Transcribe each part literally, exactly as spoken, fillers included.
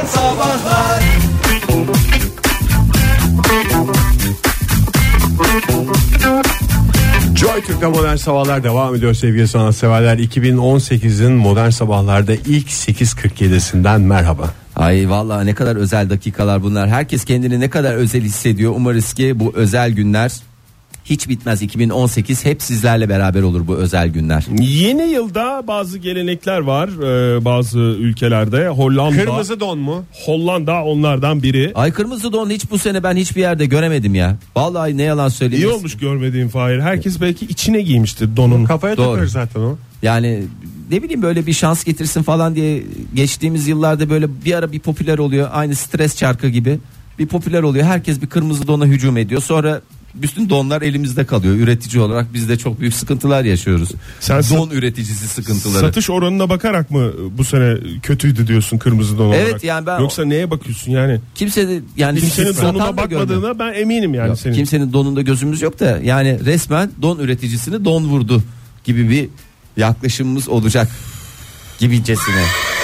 Sabahlar. Joy Türk'te Modern Sabahlar devam ediyor sevgili sanatseverler. iki bin on sekizin Modern Sabahlar'da ilk sekiz kırk yedisinden merhaba. Ay vallahi ne kadar özel dakikalar bunlar. Herkes kendini ne kadar özel hissediyor. Umarız ki bu özel günler hiç bitmez. iki bin on sekiz hep sizlerle beraber olur bu özel günler. Yeni yılda bazı gelenekler var ee, bazı ülkelerde. Hollanda. Kırmızı don mu? Hollanda onlardan biri. Ay kırmızı don hiç bu sene ben hiçbir yerde göremedim ya. Vallahi ne yalan söyleyeyim. İyi olmuş görmediğim Fahir. Herkes belki içine giymiştir donun. Kafaya Doğru. takılır zaten o. Yani ne bileyim böyle bir şans getirsin falan diye geçtiğimiz yıllarda böyle bir ara bir popüler oluyor. Aynı stres çarkı gibi bir popüler oluyor. Herkes bir kırmızı dona hücum ediyor. Sonra bütün donlar elimizde kalıyor. Üretici olarak biz de çok büyük sıkıntılar yaşıyoruz. Sen don sat- üreticisi sıkıntıları. Satış oranına bakarak mı bu sene kötüydü diyorsun kırmızı don olarak? Evet yani ben Yoksa neye bakıyorsun yani? Kimse de yani kimsenin donuna bakmadığına ben eminim yani yok, senin. Kimsenin donunda gözümüz yok da yani resmen don üreticisini don vurdu gibi bir yaklaşımımız olacak gibicesine.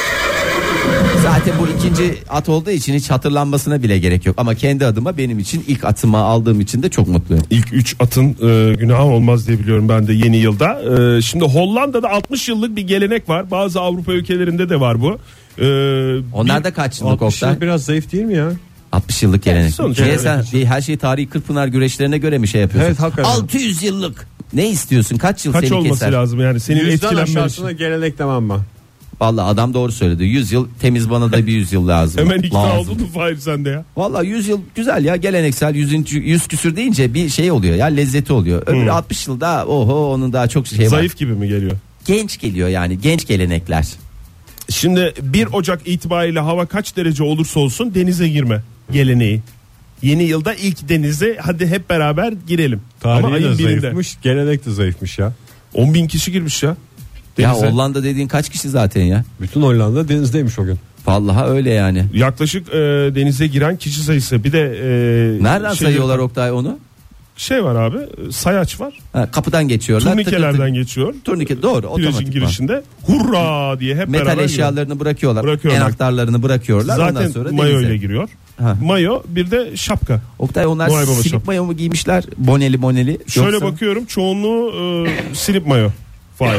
Zaten bu ikinci at olduğu için hiç hatırlanmasına bile gerek yok. Ama kendi adıma benim için ilk atımı aldığım için de çok mutluyum. İlk üç atın e, günahı olmaz diye biliyorum ben de yeni yılda. E, şimdi Hollanda'da altmış yıllık bir gelenek var. Bazı Avrupa ülkelerinde de var bu. E, Onlar da kaç yıllık Oktay? Biraz zayıf değil mi ya? altmış yıllık gelenek. Sonuç Niye evet. sen bir her şeyi tarihi Kırkpınar güreşlerine göre mi şey yapıyorsun? Evet, hakikaten. altı yüz yıllık. Ne istiyorsun? Kaç yıl Kaç seni olması keser? lazım yani senin Yüzden etkilenmen aşağısına için. gelenek demem ben. Vallahi adam doğru söyledi. yüz yıl temiz, bana da bir yüz yıl lazım. Hemen ikna lazım. oldun mu Fahir sen de ya? Vallahi yüz yıl güzel ya, geleneksel. yüz küsür deyince bir şey oluyor ya, lezzeti oluyor. Öbür Hmm. altmış yılda oho onun daha çok şey var. Zayıf gibi mi geliyor? Genç geliyor yani, genç gelenekler. Şimdi bir Ocak itibariyle hava kaç derece olursa olsun denize girme geleneği. Yeni yılda ilk denize hadi hep beraber girelim. Ama Tarihi de ayın birinde. zayıfmış, gelenek de zayıfmış ya. on bin kişi girmiş ya. Ya Denize. Hollanda dediğin kaç kişi zaten ya? Bütün Hollanda denizdeymiş o gün. Vallahi öyle yani. Yaklaşık e, denize giren kişi sayısı bir de e, Nereden şey, sayıyorlar Oktay onu? Şey var abi, sayaç var. Ha, kapıdan geçiyorlar. Turnikelerden tık tık tık. geçiyor. Turnike doğru, Plajın otomatik. girişinde hurra diye hep Metal beraber eşyalarını bırakıyorlar. Bırakıyorlar. Enaktarlarını bırakıyorlar. zaten Ondan sonra mayo denize. ile giriyor. Ha. Mayo bir de şapka. Oktay onlar Noel Baba silip şapka. mayo mu giymişler? Boneli boneli. Şöyle Yoksa... bakıyorum çoğunluğu e, slip mayo. Fire.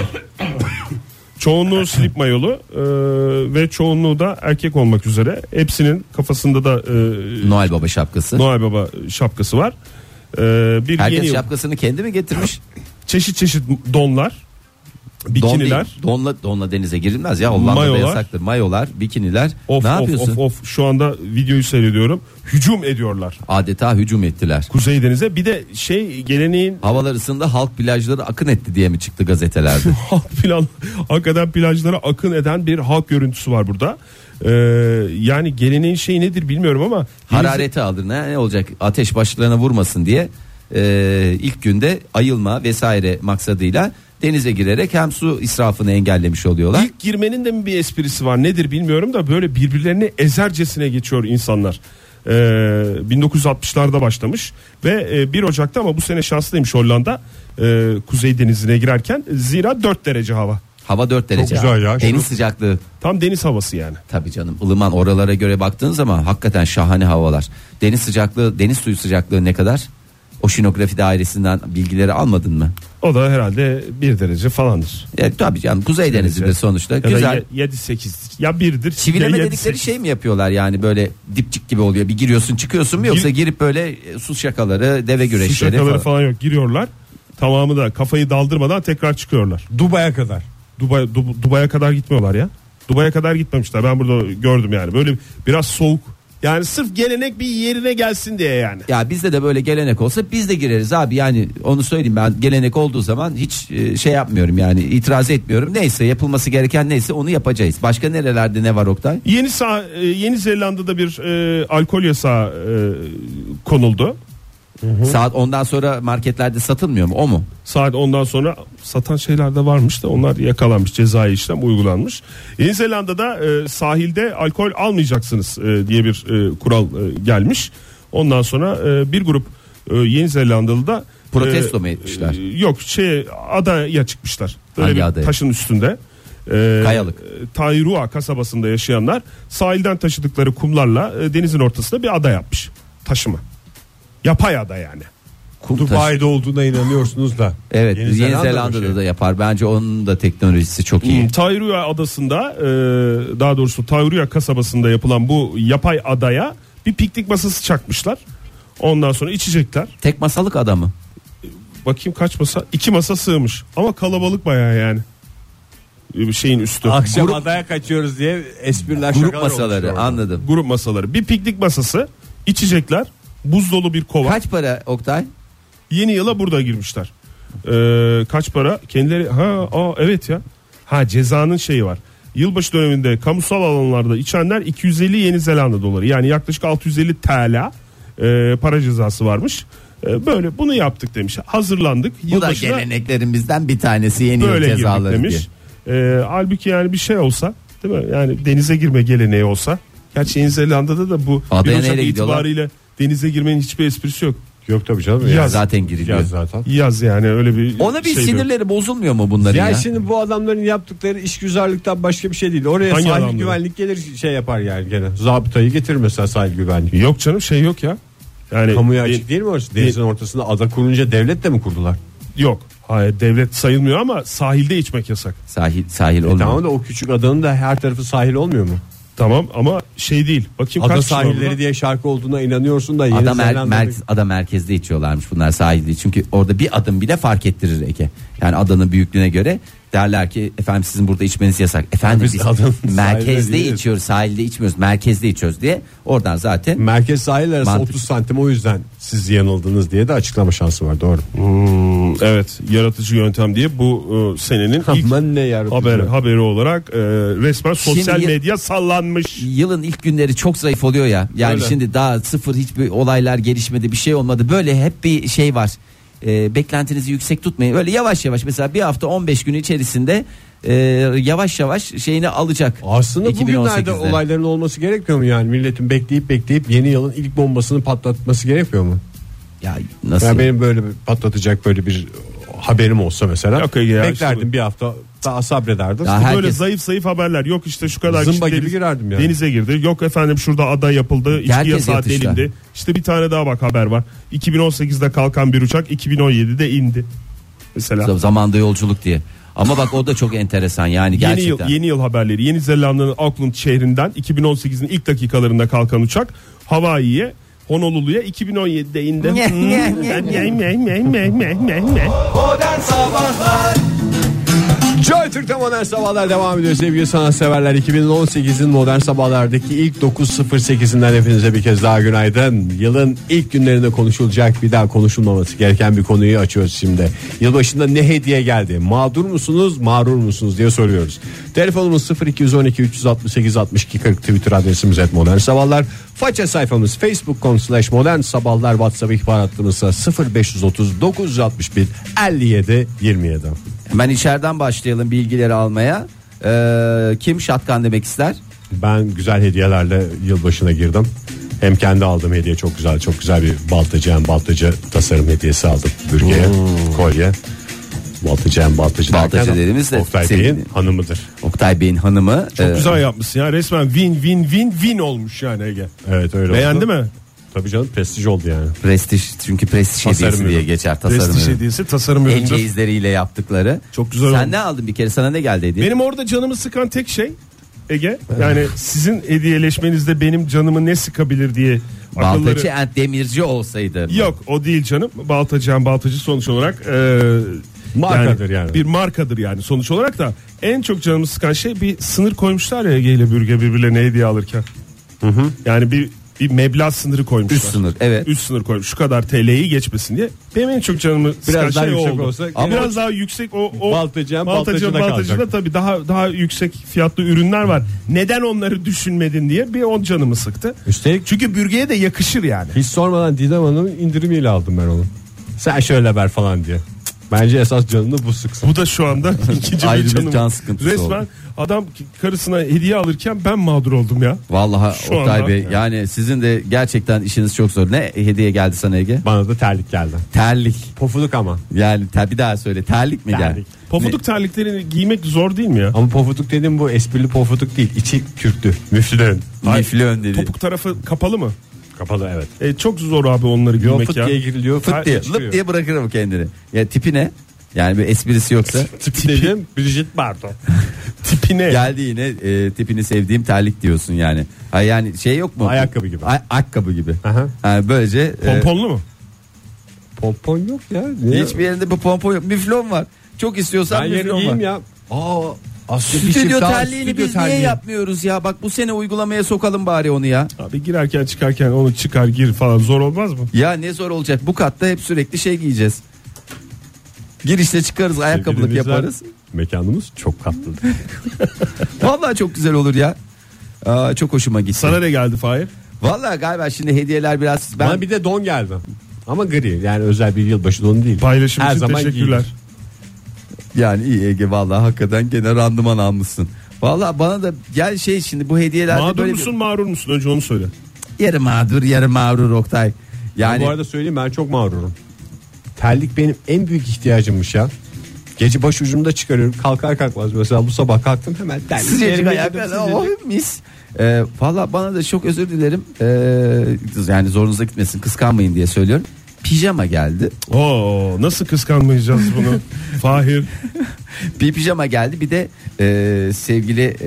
Çoğunluğu slip mayolu e, ve çoğunluğu da erkek olmak üzere. Hepsinin kafasında da e, Noel Baba şapkası. Noel Baba şapkası var. E, bir Herkes yeni yıl. şapkasını kendi mi getirmiş? Çeşit çeşit donlar, bikiniler. Don, donla, donla denize girilmez ya. Hollanda'da Mayolar. yasaktır. Mayolar, bikiniler. Of ne of yapıyorsun? of of şu anda videoyu seyrediyorum. Hücum ediyorlar Adeta hücum ettiler. Kuzey Denize. Bir de şey geleneğin Havalar ısındı, halk plajları akın etti diye mi çıktı gazetelerde? halk plan hakikaten plajlara akın eden bir halk görüntüsü var burada. Ee, yani geleneğin şeyi nedir bilmiyorum ama Harareti alır, ne, ne olacak, ateş başlarına vurmasın diye e, ilk günde ayılma vesaire maksadıyla denize girerek hem su israfını engellemiş oluyorlar. İlk girmenin de mi bir esprisi var nedir bilmiyorum da böyle birbirlerini ezercesine geçiyor insanlar. Ee, bin dokuz yüz altmışlarda başlamış ve e, bir Ocak'ta, ama bu sene şanslıymış Hollanda e, Kuzey Denizi'ne girerken, zira dört derece hava. Hava dört derece. güzel ya. Deniz Şunu- sıcaklığı. Tam deniz havası yani. Tabii canım, ılıman, oralara göre baktığın zaman hakikaten şahane havalar. Deniz sıcaklığı, deniz suyu sıcaklığı ne kadar? Oşinografi dairesinden bilgileri almadın mı? O da herhalde bir derece falandır. Ya, tabii canım, Kuzey Denizi'nde sonuçta Ya güzel. yedi sekiz ya birdir. Çivileme ya yedi, dedikleri sekiz. şey mi yapıyorlar yani, böyle dipçik gibi oluyor, bir giriyorsun çıkıyorsun mu, yoksa Gir- girip böyle e, su şakaları, deve Su güreşleri şakaları falan. falan yok, giriyorlar. Tamamı da kafayı daldırmadan tekrar çıkıyorlar. Dubai'ye kadar. Dubai, Dub- Dubai'ye kadar gitmiyorlar ya. Dubai'ye kadar gitmemişler. Ben burada gördüm yani. Böyle biraz soğuk. Yani sırf gelenek bir yerine gelsin diye yani. Ya bizde de böyle gelenek olsa biz de gireriz abi, yani onu söyleyeyim, ben gelenek olduğu zaman hiç e, şey yapmıyorum yani, itiraz etmiyorum. Neyse, yapılması gereken neyse onu yapacağız. Başka nerelerde ne var Oktay? Yeni sağ, e, Yeni Zelanda'da bir e, alkol yasağı e, konuldu. Saat ondan sonra marketlerde satılmıyor mu, o mu? Saat ondan sonra satan şeyler de varmış da onlar yakalanmış, cezai işlem uygulanmış. Yeni Zelanda'da e, sahilde alkol almayacaksınız e, diye bir e, kural e, gelmiş. Ondan sonra e, bir grup e, Yeni Zelandalı da Protesto mu etmişler? e, yok şey adaya çıkmışlar. Böyle Hangi bir adaya? taşın üstünde. e, Kayalık. Tayrua kasabasında yaşayanlar sahilden taşıdıkları kumlarla e, denizin ortasında bir ada yapmış. Taşıma. Yapay ada yani. Kum taşı. Dubai'de olduğuna inanıyorsunuz da. Evet, Yeni, Yeni Zelanda Zelanda'da şey. da yapar. Bence onun da teknolojisi çok iyi. Hmm, Tayrua adasında e, daha doğrusu Tayrua kasabasında yapılan bu yapay adaya bir piknik masası çakmışlar. Ondan sonra içecekler. Tek masalık adamı. Bakayım kaç masa? İki masa sığmış. Ama kalabalık bayağı yani. Bir şeyin üstü. Akşam Grup- adaya kaçıyoruz diye espriler, Grup şakalar masaları, olmuş orada. anladım. Grup masaları. Bir piknik masası, içecekler, buz dolu bir kova. Kaç para Oktay? Yeni yıla burada girmişler. Ee, kaç para? Kendileri ha aa, evet ya. Ha cezanın şeyi var. Yılbaşı döneminde kamusal alanlarda içenler iki yüz elli Yeni Zelanda doları. Yani yaklaşık altı yüz elli T L e, para cezası varmış. E, böyle bunu yaptık demiş. Hazırlandık. Bu da Yılbaşına geleneklerimizden bir tanesi, yeni yıl böyle girdik cezaları demiş. diye. E, halbuki yani bir şey olsa, değil mi? Yani denize girme geleneği olsa. Gerçi Yeni Zelanda'da da bu Adaya bir Ocak neyle gidiyorlar? itibariyle denize girmenin hiçbir esprisi yok. Yok tabii canım. Yaz. Ya. Zaten giriliyor. Yaz zaten. Yaz yani öyle bir Ona bir şey yok. sinirleri bozulmuyor mu bunların Ya ya? şimdi bu adamların yaptıkları işgüzarlıktan başka bir şey değil. Oraya Hangi sahil adamları? güvenlik gelir şey yapar yani gene. Zabıtayı getirir mesela sahil güvenlik. Yok canım şey yok ya. Yani Kamuya de- açık değil mi orası? Denizin ortasında ada kurunca devlet de mi kurdular? yok. Hayır devlet sayılmıyor ama sahilde içmek yasak. Sahil sahil E olmuyor. tamam da o küçük adanın da her tarafı sahil olmuyor mu? Tamam ama şey değil. Bakayım Ada kaç kişi var sahilleri burada? diye şarkı olduğuna inanıyorsun da Yeni Ada, mer- Zelanda'da- mer- ada merkezde içiyorlarmış bunlar, sahilde. Çünkü orada bir adım bile fark ettirir Ege. Yani adanın büyüklüğüne göre derler ki efendim sizin burada içmeniz yasak. Efendim Biz biz, adanın sahilde merkezde değiliz. içiyoruz, sahilde içmiyoruz, merkezde içiyoruz diye oradan zaten. Merkez sahil arası Mantık. otuz santim, o yüzden siz yanıldınız diye de açıklama şansı var, doğru. Hmm, evet yaratıcı yöntem diye bu e, senenin ilk Aman ne yaratıcı. haber, haberi olarak e, resmen sosyal Şimdi- medya sallanmış. Yılın ilk günleri çok zayıf oluyor ya. Yani Öyle. şimdi daha sıfır, hiçbir olaylar gelişmedi, bir şey olmadı. Böyle hep bir şey var. Ee, beklentinizi yüksek tutmayın. Böyle yavaş yavaş, mesela bir hafta on beş gün içerisinde e, yavaş yavaş şeyini alacak. Aslında bugünlerde iki bin on sekizde. olayların olması gerekmiyor mu yani? Milletin bekleyip bekleyip yeni yılın ilk bombasını patlatması gerekmiyor mu? Ya nasıl? Yani benim böyle bir patlatacak böyle bir haberim olsa mesela, Yok ya, beklerdim işte- bir hafta daha sabrederdim. Daha İşte herkes- Böyle zayıf zayıf haberler yok işte şu kadar Zımba kişi gibi girerdim yani. denize girdi. Yok efendim şurada ada yapıldı. İçki Herkes yasağı yatışta. delindi. İşte bir tane daha bak haber var. iki bin on sekizde kalkan bir uçak iki bin on yedide indi. Mesela. Zamanda yolculuk diye. Ama bak o da çok enteresan yani Yeni gerçekten. yıl, yeni yıl haberleri. Yeni Zelanda'nın Auckland şehrinden iki bin on sekizin ilk dakikalarında kalkan uçak Hawaii'ye, Honolulu'ya iki bin on yedide indi. Joy Türk'te Modern Sabahlar devam ediyor sevgili sanatseverler. iki bin on sekizin Modern Sabahlar'daki ilk dokuz sıfır sekizinden hepinize bir kez daha günaydın. Yılın ilk günlerinde konuşulacak, bir daha konuşulmaması gereken bir konuyu açıyoruz şimdi. Yılbaşında ne hediye geldi? Mağdur musunuz, mağrur musunuz diye soruyoruz. Telefonumuz sıfır iki on iki üç altı sekiz altmış iki kırk, Twitter adresimiz et Modern Sabahlar. Faça sayfamız facebook nokta com slash modern sabahlar, WhatsApp ihbar hattımızsa sıfır beş otuz dokuz altmış bir elli yedi yirmi yedi. Hemen içeriden başlayalım bilgileri almaya. Ee, kim şatkan demek ister? Ben güzel hediyelerle yılbaşına girdim. Hem kendi aldığım hediye çok güzel, çok güzel bir baltacı hem baltacı tasarım hediyesi aldım bürgeye. Kolye. Baltacı hem baltacı, Baltacı derken dediğimiz de Oktay senin- Bey'in hanımıdır. Oktay Bey'in hanımı. Çok e, güzel yapmışsın ya. Resmen win win win win olmuş yani Ege. Evet öyle Beğendi oldu. mi? Tabii canım, prestij oldu yani. Prestij, çünkü prestij Tasarım hediyesi diye ürün. geçer, tasarım Prestij ürün. hediyesi tasarım El ürünü. ceyizleriyle yaptıkları. Çok güzel Sen olmuş. ne aldın bir kere, sana ne geldi hediye? Benim orada canımı sıkan tek şey Ege, yani sizin hediyeleşmenizde benim canımı ne sıkabilir diye akılları... Baltacı and demirci olsaydı. Yok o değil canım. Baltacı hem baltacı sonuç olarak e, Markadır yani. Bir markadır yani sonuç olarak da en çok canımı sıkan şey, bir sınır koymuşlar ya Ege ile Bürge birbirlerine hediye alırken. Hı hı. Yani bir bir meblağ sınırı koymuşlar. Üst sınır, evet. Üst sınır koymuş. Şu kadar T L'yi geçmesin diye. Benim en çok canımı sıkan Biraz daha şey o yüksek oldu. olsa- Ama Ama biraz daha yüksek o, o Baltacı hem baltacı, baltacıda baltacıda kalacak. tabii daha daha yüksek fiyatlı ürünler var. Neden onları düşünmedin diye bir on canımı sıktı. Üstelik Çünkü bürgeye de yakışır yani. hiç sormadan Didem Hanım'ın indirimiyle aldım ben onu. Sen şöyle ver falan diye. Bence esas canını bu sıksın. Bu da şu anda ikinci Ayrı bir bir canım. can sıkıntısı Resmen oldu. adam karısına hediye alırken ben mağdur oldum ya. Vallahi Şu Oktay anda- Bey yani sizin de gerçekten işiniz çok zor. Ne hediye geldi sana Ege? Bana da terlik geldi. Terlik. Pofuduk ama. Yani ter, bir daha söyle. Terlik mi geldi? Terlik. Pofuduk terliklerini giymek zor değil mi ya? Ama pofuduk dediğim bu esprili pofuduk değil. İçi kürklü. Müflön. Ne? Miflön dedi. Topuk tarafı kapalı mı? Kapalı evet. E, çok zor abi onları Yo, giymek fıt ya. diye giriliyor. Fıt diye, çıkıyor. lıp diye bırakırım kendini. Ya tipi ne? Yani bir esprisi yoksa. Tipi dediğim Brigitte Bardot. Tipi ne? Geldi yine e, tipini sevdiğim terlik diyorsun yani. Ha yani şey yok mu? Ayakkabı gibi. Ay, ayakkabı gibi. Aha. Yani böylece e, Pomponlu mu? Pompon yok ya. Niye? hiçbir yerinde bu pompon yok. Müflon var. Çok istiyorsan Ben yerini müflon var. giyeyim ya. Aa, aslında bir Stüdyo çift daha terliğini stüdyo biz niye terliği. yapmıyoruz ya? Bak bu sene uygulamaya sokalım bari onu ya. Abi girerken çıkarken onu çıkar gir falan zor olmaz mı? Ya ne zor olacak. Bu katta hep sürekli şey giyeceğiz. Girişte çıkarız, ayakkabılık Sevgili dinleyiciler, yaparız. Mekanımız çok katlı. Vallahi çok güzel olur ya. Aa, çok hoşuma gitti. Sana ne geldi Fahir? Vallahi galiba şimdi hediyeler biraz ben Bana bir de don geldi. Ama gri yani özel bir yılbaşı donu değil. Paylaşım Her için zaman teşekkürler. giyilir. yani iyi Ege vallahi hakikaten gene randıman almışsın. Vallahi bana da gel şey şimdi bu hediyelerde Mağdur böyle musun mağrur musun? Önce onu söyle. bir, yarı mağdur yarı mağrur Oktay. Yani Bu arada söyleyeyim ben çok mağrurum. Terlik benim en büyük ihtiyacımmış ya. Gece başucumda çıkarıyorum kalkar kalkmaz mesela bu sabah kalktım hemen terlik. sıcacık yerime ayaklar girdim, oh, sıcacık. mis. Ee, Valla bana da çok özür dilerim. Ee, yani zorunuza gitmesin kıskanmayın diye söylüyorum. Pijama geldi. Oo, nasıl kıskanmayacağız bunu? Fahir. Bir pijama geldi bir de e, sevgili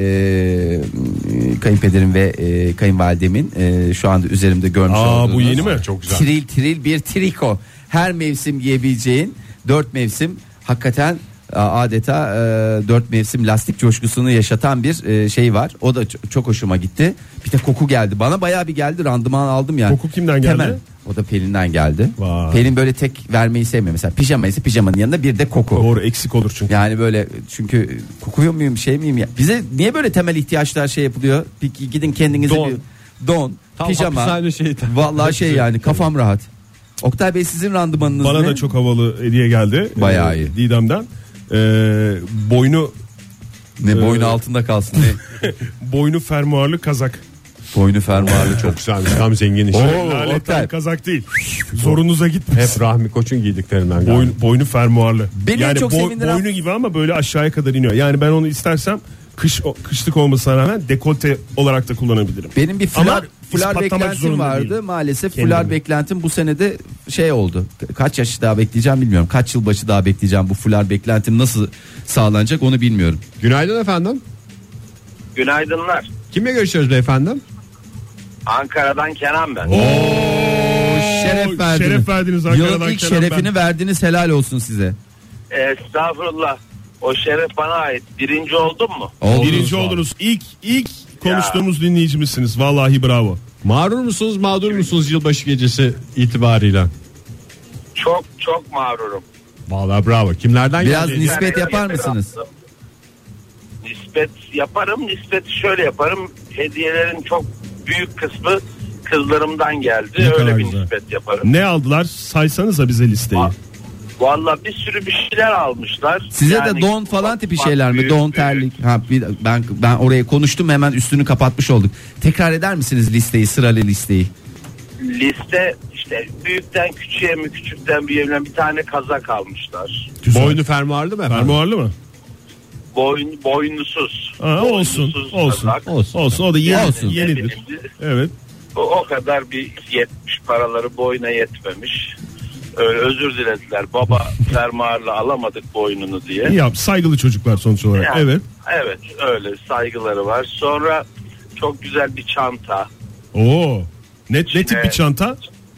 e, kayınpederim ve e, kayınvalidemin e, şu anda üzerimde görmüş Aa, olduğunuz bu yeni mi? Çok güzel. tril tril bir triko. Her mevsim giyebileceğin dört mevsim hakikaten adeta e, dört mevsim lastik coşkusunu yaşatan bir e, şey var. O da ç- çok hoşuma gitti. Bir de koku geldi. Bana bayağı bir geldi. Randıman aldım yani. Koku kimden geldi? Temel. O da Pelin'den geldi. Vay. Pelin böyle tek vermeyi sevmiyor. Mesela pijama ise pijamanın yanında bir de koku. Doğru eksik olur çünkü. Yani böyle çünkü kokuyor muyum şey miyim ya? Bize niye böyle temel ihtiyaçlar şey yapılıyor? Bir gidin kendinize Don. bir don, Tam pijama. hapishane şeyi. Vallahi şey yani kafam rahat. Oktay Bey sizin randımanınız Bana ne? da çok havalı hediye geldi. Bayağı Ee, iyi. Didem'den. Ee, boynu Ne Ee, boynu altında kalsın. Ne? boynu fermuarlı kazak. Boynu fermuarlı çok. Çok güzelmiş tam zengin iş. Oo, Laletten Oktay. kazak değil. Zorunuza gitmesin. Hep Rahmi Koç'un giydiklerinden galiba. Boynu, boynu fermuarlı. Beni yani çok sevindiren- boynu gibi ama böyle aşağıya kadar iniyor. Yani ben onu istersem kış o- kışlık olmasına rağmen dekolte olarak da kullanabilirim. Benim bir Ama fular, fular ispatlamak beklentim zorunda vardı. değilim. Maalesef Kendimi. fular beklentim bu senede şey oldu. Kaç yaş daha bekleyeceğim bilmiyorum. Kaç yılbaşı daha bekleyeceğim. Bu fular beklentim nasıl sağlanacak onu bilmiyorum. Günaydın efendim. Günaydınlar. Kimle görüşüyoruz beyefendi? Ankara'dan Kenan ben. Şeref verdiniz. Şeref verdiniz Ankara'dan Yılın ilk Kenan şerefini ben. verdiniz helal olsun size. Estağfurullah. O şeref bana ait. Birinci oldum mu? Oldunuz Birinci vallahi. oldunuz. İlk ilk konuştuğumuz dinleyicimizsiniz. Vallahi bravo. Mağrur musunuz mağdur musunuz yılbaşı gecesi itibarıyla? Çok çok mağrurum. Vallahi bravo. Kimlerden Biraz geldi? nispet Yani yapar hediye mısınız? aldım. Nispet yaparım. Nispeti şöyle yaparım. Hediyelerin çok büyük kısmı kızlarımdan geldi. Ne kadar Öyle bir güzel. nispet yaparım. Ne aldılar? Saysanıza bize listeyi. Va- Vallahi bir sürü bir şeyler almışlar. Size Yani de don falan tipi ufak, şeyler mi? büyük, Don büyük. terlik. Ha bir, ben ben oraya konuştum hemen üstünü kapatmış olduk. Tekrar eder misiniz listeyi, sıralı listeyi? Liste işte büyükten küçüğe mi küçükten büyüğe bir tane kazak almışlar. Güzel. Boynu fermuarlı mı efendim? Fermuarlı mı? Boyun, boynusuz. Aa, olsun, Boynusuz olsun, kazak. olsun. Olsun o da yeni, Olsun. yenidir. Evet. O, o kadar bir yetmiş paraları boyuna yetmemiş. Öyle özür dilediler. Baba fermuarla alamadık boynunu diye. İyi yap. Saygılı çocuklar sonuç olarak. Yani, Evet. Evet öyle saygıları var. Sonra çok güzel bir çanta. Oo. Ne, ne tip bir Evet. çanta?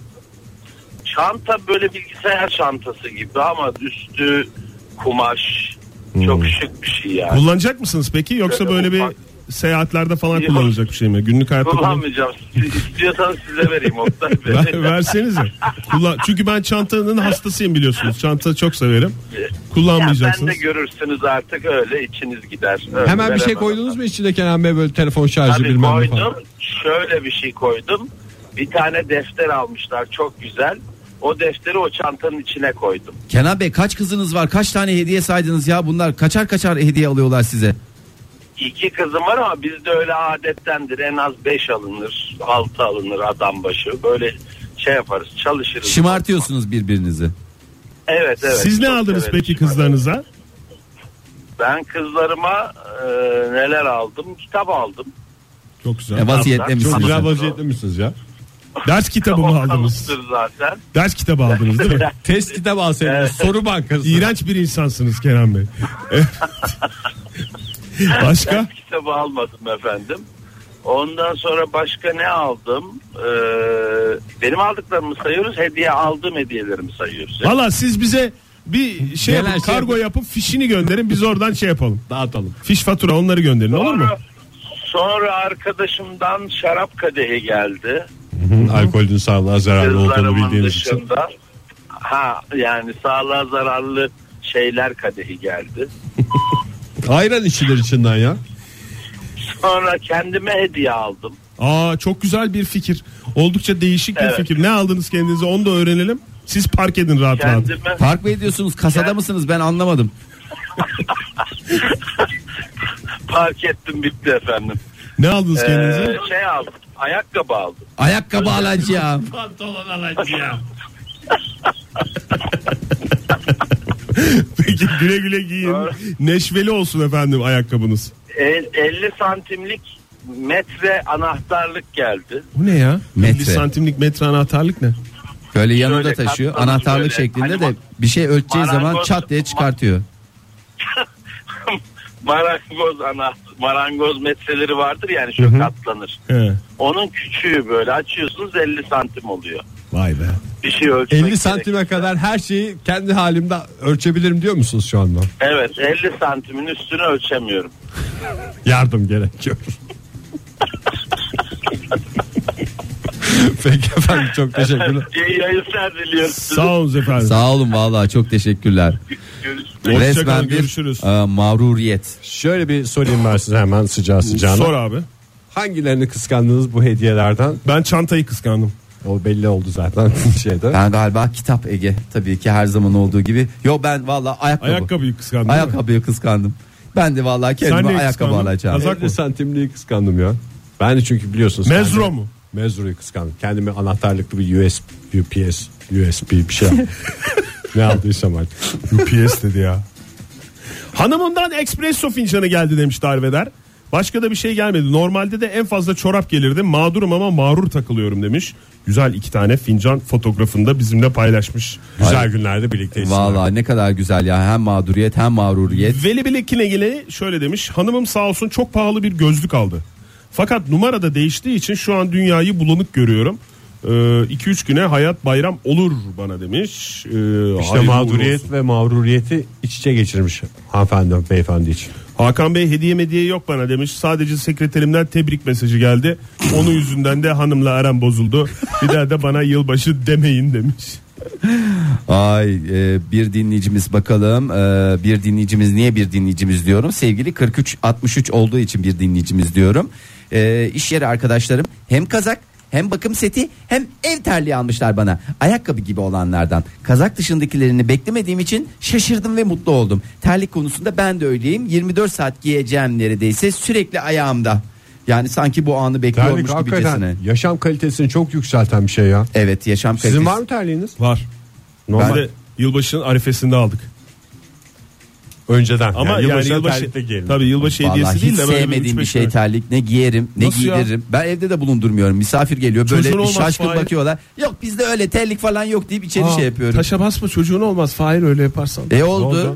Çanta böyle bilgisayar çantası gibi ama üstü kumaş. Çok şık bir şey yani. Kullanacak mısınız peki yoksa Böyle böyle bir ufak- seyahatlerde falan Yok. kullanılacak bir şey mi? Günlük hayatta kullan- Kullanmayacağım. Siz istiyorsanız size vereyim Oktay Bey. Ver, versenize. Kullan- Çünkü ben çantanın hastasıyım biliyorsunuz. Çanta çok severim. Ya Kullanmayacaksınız. ben de görürsünüz artık öyle içiniz gider. Öyle Hemen bir şey veremem. koydunuz mu içine Kenan Bey böyle telefon şarjı Tabii bilmem ne koydum. falan? Şöyle bir şey koydum. Bir tane defter almışlar çok güzel. O defteri o çantanın içine koydum. Kenan Bey kaç kızınız var? Kaç tane hediye saydınız ya? Bunlar kaçar kaçar hediye alıyorlar size. İki kızım var ama bizde öyle adettendir. En az beş alınır, altı alınır adam başı. Böyle şey yaparız, çalışırız. Şımartıyorsunuz birbirinizi. Evet evet. Siz ne Çok aldınız severim peki şımartmayı. kızlarınıza? Ben kızlarıma e, neler aldım? Kitap aldım. Çok güzel. E, vaziyetle Çok misiniz? güzel vaziyette misiniz ya? Ders kitabı mı O aldınız? kalıptır zaten. Ders kitabı aldınız değil mi? Test kitabı alsaydınız, Evet. soru bankası. İğrenç bir insansınız Kenan Bey. Başka? Ders kitabı almadım efendim. Ondan sonra başka ne aldım? Ee, benim aldıklarımı sayıyoruz, hediye aldığım hediyelerimi sayıyoruz. Valla siz bize bir şey Gelen yapın, şey kargo yapıp fişini gönderin, biz oradan şey yapalım. Dağıtalım. Fiş fatura onları gönderin, olur mu? Sonra, sonra arkadaşımdan şarap kadehi geldi. Alkolün sağlığa zararlı olduğunu Kızlarımın bildiğiniz için. dışında. Ha yani sağlığa zararlı şeyler kadehi geldi. Ayran içilir içinden ya. Sonra kendime hediye aldım. Aa, çok güzel bir fikir. Oldukça değişik bir Evet. fikir. Ne aldınız kendinize, onu da öğrenelim. Siz park edin rahat rahat. Kendime Fark mı ediyorsunuz? Kasada Ya. mısınız? Ben anlamadım. park ettim, bitti efendim. Ne aldınız kendinize? Ee, şey aldım. Ayakkabı aldım. Ayakkabı alacağım. Pantolon alacağım. Peki güle güle giyin. Neşveli olsun efendim ayakkabınız. El- elli santimlik metre anahtarlık geldi. Bu ne ya? Metre. elli santimlik metre anahtarlık ne? Böyle yanında Şöyle taşıyor. katlanır Anahtarlık böyle. şeklinde Hani de bak- bir şey ölçeceği zaman Marangoz- çat diye çıkartıyor. marangoz ana marangoz metreleri vardır yani şu katlanır. He. Onun küçüğü böyle açıyorsunuz elli santim oluyor. Vay be. Bir şey ölçmek elli santime gerek. kadar her şeyi kendi halimde ölçebilirim diyor musunuz şu anda? Evet, elli santimin üstünü ölçemiyorum. Yardım gerekiyor. Peki efendim, çok teşekkürler. İyi yayınlar diliyorum. Sağ olun efendim. Sağ olun vallahi, çok teşekkürler. Görüşmek Hoşça Resmen kalın, bir görüşürüz. e, mağruriyet. Şöyle bir sorayım ben size hemen sıcağı sıcağına. Sor abi. Hangilerini kıskandınız bu hediyelerden? Ben çantayı kıskandım. O belli oldu zaten şeyde. Ben galiba kitap Ege, tabii ki her zaman olduğu gibi. Yo, ben vallahi ayakkabı. Ayakkabıyı kıskandım. değil mi? Ayakkabıyı kıskandım. Ben de vallahi Sen kendime neyi ayakkabı kıskandın? alacağım. Kazak mı? elli santimliği kıskandım ya. Ben de çünkü biliyorsunuz. Mezro kendimi- mu? Mezro'yu kıskandım. Kendime anahtarlıklı bir U S B, U P S, U S B bir şey aldım. Ne aldıysam artık. U P S dedi ya. Hanımından espresso fincanı geldi demiş Darveder. Başka da bir şey gelmedi. Normalde de en fazla çorap gelirdi. Mağdurum ama mağrur takılıyorum demiş. Güzel iki tane fincan fotoğrafını da bizimle paylaşmış. Güzel günlerde birlikteyiz. Vallahi ne kadar güzel ya, hem mağduriyet hem mağruriyet. Veli Bilek'ine ilgili şöyle demiş. Hanımım sağ olsun çok pahalı bir gözlük aldı. Fakat numara da değiştiği için şu an dünyayı bulanık görüyorum. iki üç güne hayat bayram olur bana demiş. Ee, İşte hayırlı mağduriyet olsun. ve mağruriyeti iç içe geçirmiş hanımefendi, beyefendi için. Hakan Bey hediye mediye yok bana demiş. Sadece sekreterimden tebrik mesajı geldi. Onun yüzünden de hanımla aram bozuldu. Bir daha da bana yılbaşı demeyin demiş. Ay e, bir dinleyicimiz bakalım, e, bir dinleyicimiz, niye bir dinleyicimiz diyorum, sevgili kırk üç altmış üç olduğu için bir dinleyicimiz diyorum. E, iş yeri arkadaşlarım hem kazak hem bakım seti hem ev terliği almışlar bana, ayakkabı gibi olanlardan. Kazak dışındakilerini beklemediğim için şaşırdım ve mutlu oldum. Terlik konusunda ben de öyleyim, yirmi dört saat giyeceğim neredeyse, sürekli ayağımda. Yani sanki bu anı bekliyormuş Terlik gibicesine. hakikaten yaşam kalitesini çok yükselten bir şey ya. Evet, yaşam kalitesi. Sizin var mı terliğiniz? Var. Normal. Biz de yılbaşının arifesinde aldık. Önceden. Ama yani yani yılbaşı yılbaşı, terlikte giyelim. tabii yılbaşı Vallahi hediyesi hiç değil de böyle sevmediğim bir üç beş şey tane. terlik, ne giyerim ne Nasıl ya? giydiririm. Ben evde de bulundurmuyorum, misafir geliyor böyle Çocuğun bir olmaz şaşkın Fahir. bakıyorlar. Yok bizde öyle terlik falan yok deyip içeri Aa, şey yapıyorum. Taşa basma, çocuğun olmaz Fahir öyle yaparsan. E Ne oldu. oldu?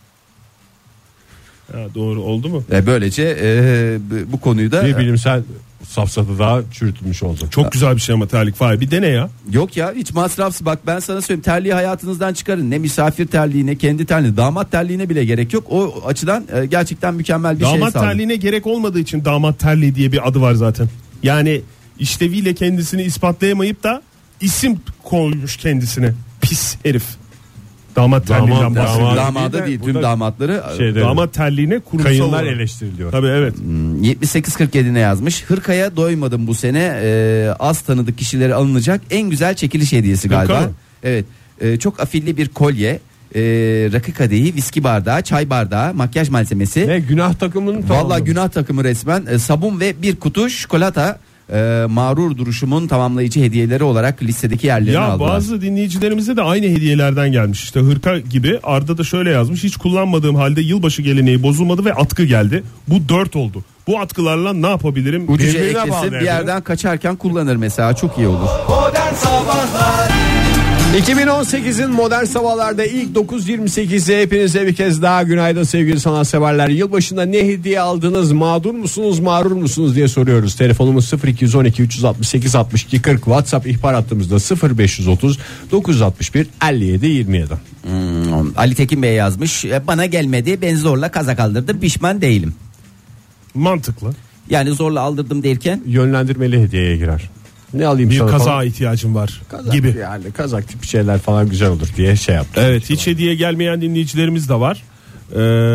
Ha, doğru oldu mu? E böylece e, bu- bu konuyu da Bir bilimsel safsatı daha çürütülmüş oldu. Çok güzel bir şey ama terlik Fahir. Bir dene ya. yok ya, hiç masrafsız. Bak ben sana söyleyeyim, terliği hayatınızdan çıkarın. Ne misafir terliği ne kendi terliği, damat terliğine bile gerek yok. O açıdan e, gerçekten mükemmel bir şey Damat sağladı. terliğine gerek olmadığı için damat terliği diye bir adı var zaten. Yani işleviyle kendisini ispatlayamayıp da isim koymuş kendisine. Pis herif. Damat terliğinden Damat- bahsediyor. damat- Damada değil de değil, tüm burada damatları. Şeyde, Damat terliğine kurumsal kayınlar olarak. eleştiriliyor. Tabii evet. yetmiş sekiz kırk yedi ne yazmış? Hırkaya doymadım bu sene. Ee, az tanıdık kişilere alınacak en güzel çekiliş hediyesi Hırka galiba. mı? Evet. E, çok afilli bir kolye, e, rakı kadehi, viski bardağı, çay bardağı, makyaj malzemesi. Ve günah takımının Vallahi günah takımı resmen. E, sabun ve bir kutu çikolata. E, mağrur duruşumun tamamlayıcı hediyeleri olarak listedeki yerlerini Ya aldılar. bazı dinleyicilerimize de aynı hediyelerden gelmiş. İşte hırka gibi. Arda da şöyle yazmış: hiç kullanmadığım halde yılbaşı geleneği bozulmadı ve atkı geldi. Bu dört oldu. Bu atkılarla ne yapabilirim? Ucuca Birbirine eklesin, bağlayabilirim. bir yerden kaçarken kullanır mesela, çok iyi olur. Modern Sabahlar. iki bin on sekizin modern sabahlarda ilk dokuz yirmi sekize hepinize bir kez daha günaydın sevgili sanatseverler. Yılbaşında ne hediye aldınız, mağdur musunuz, mağrur musunuz diye soruyoruz. Telefonumuz sıfır iki on iki üç altı sekiz altmış iki kırk, WhatsApp ihbar hattımızda sıfır beş otuz dokuz altmış bir elli yedi yirmi yedi. Hmm, Ali Tekin Bey yazmış: "E, bana gelmedi, ben zorla kazak aldırdım, pişman değilim." Mantıklı. Yani zorla aldırdım derken Yönlendirmeli hediyeye girer. Ne alayım Bir sana kazağa falan? ihtiyacım var Kazak gibi. Yani kazak tipi şeyler falan güzel olur diye şey yaptım. Evet, hiç hediye gelmeyen dinleyicilerimiz de var. Ee,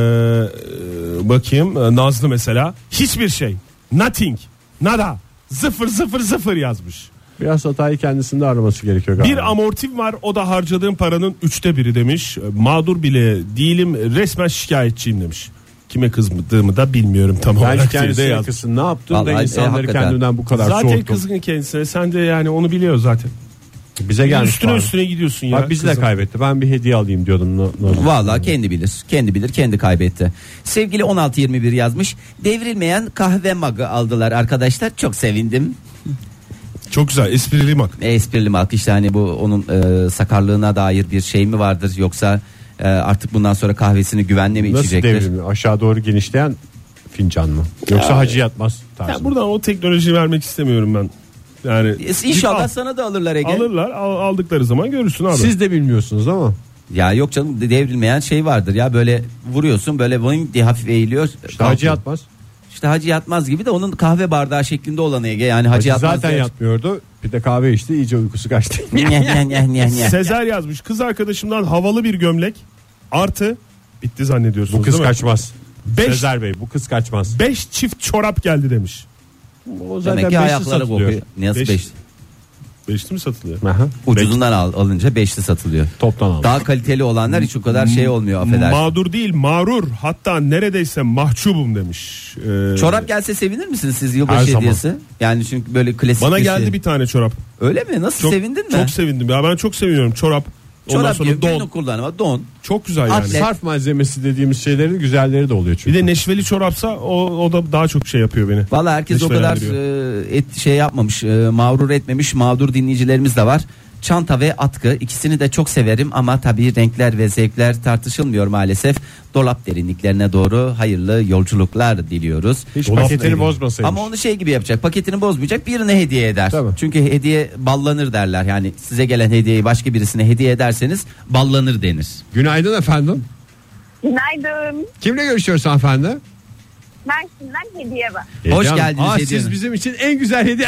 bakayım, Nazlı mesela hiçbir şey, nothing, nada, sıfır sıfır sıfır yazmış. Biraz hatayı kendisinde araması gerekiyor galiba. Bir amortim var, o da harcadığım paranın üçte biri demiş. Mağdur bile değilim, resmen şikayetçiyim demiş. Kime kızdığımı da bilmiyorum tam Bence olarak diye de kendisine yazmış. kızsın. Ne yaptın Vallahi, da e, insanları hakikaten. kendinden bu kadar Zaten soğuttun. kızgın kendisine, sen de yani onu biliyor zaten. Bize gelmiş Üstüne bari. üstüne gidiyorsun ya. Bak bizi de kızım. kaybetti. Ben bir hediye alayım diyordum. No, no. vallahi kendi bilir. Kendi bilir, kendi kaybetti. Sevgili on altı yirmi bir yazmış: "Devrilmeyen kahve mug'ı aldılar arkadaşlar. Çok sevindim." Çok güzel, esprili mak. E, esprili mi işte, hani bu onun e, sakarlığına dair bir şey mi vardır, yoksa e, artık bundan sonra kahvesini güvenle mi Nasıl içecektir? devrimli? Aşağı doğru genişleyen fincan mı? Yoksa Ya, hacı yatmaz tarzı. Ya buradan o teknolojiyi vermek istemiyorum ben. Yani E, İnşallah Al- sana da alırlar Ege. alırlar, al- aldıkları zaman görürsün abi. Siz de bilmiyorsunuz ama. Ya yok canım, devrilmeyen şey vardır ya, böyle vuruyorsun, böyle vın diye hafif eğiliyor. İşte hacı yatmaz. İşte hacı yatmaz gibi de onun kahve bardağı şeklinde olan Ege, yani hacı, Hacı yatmaz. zaten diye- yatmıyordu. Bir de kahve içti, iyice uykusu kaçtı. Nyeh, nyeh, nyeh, nyeh, nyeh. Sezer yazmış, kız arkadaşımdan havalı bir gömlek artı, bitti zannediyorsunuz Bu kız değil mi? kaçmaz. Beş- Sezer Bey, bu kız kaçmaz. Beş çift çorap geldi demiş. O zaten Demek ki beşli ayakları satılıyor. kokuyor. Nasıl Beş- beş? Beşli mi satılıyor? Aha, Ucuzundan al, alınca beşli satılıyor. toptan aldım. Daha kaliteli olanlar hiç o kadar şey olmuyor, affedersin. Mağdur değil, mağrur, hatta neredeyse mahcubum demiş. Ee, Çorap gelse sevinir misiniz siz Her yılbaşı zaman. hediyesi? Yani çünkü böyle klasik Bana bir geldi şey. bir tane çorap. Öyle mi? Nasıl, Çok, sevindin mi? Çok sevindim ya, ben çok seviyorum çorap. Ondan Çorap sonra gibi don. günlük kullanıma don. Çok güzel yani. Atlet. Sarf malzemesi dediğimiz şeylerin güzelleri de oluyor çünkü. Bir de neşveli çorapsa o, o da daha çok şey yapıyor beni. Valla herkes o kadar Neşvelendiriyor. e, et, şey yapmamış, e, mağrur etmemiş, mağdur dinleyicilerimiz de var. Çanta ve atkı, ikisini de çok severim ama tabii renkler ve zevkler tartışılmıyor maalesef. Dolap derinliklerine doğru hayırlı yolculuklar diliyoruz. Hiç Dolap paketini neydi? bozmasaymış. Ama onu şey gibi yapacak, paketini bozmayacak, birine hediye eder. Tabii. Çünkü hediye ballanır derler. Yani size gelen hediyeyi başka birisine hediye ederseniz ballanır denir. Günaydın efendim. Günaydın. Kimle görüşüyoruz hanımefendi? Mersin'den hediye var. Hoş Hediye- geldiniz Aa, hediye siz hanım. bizim için en güzel hediye.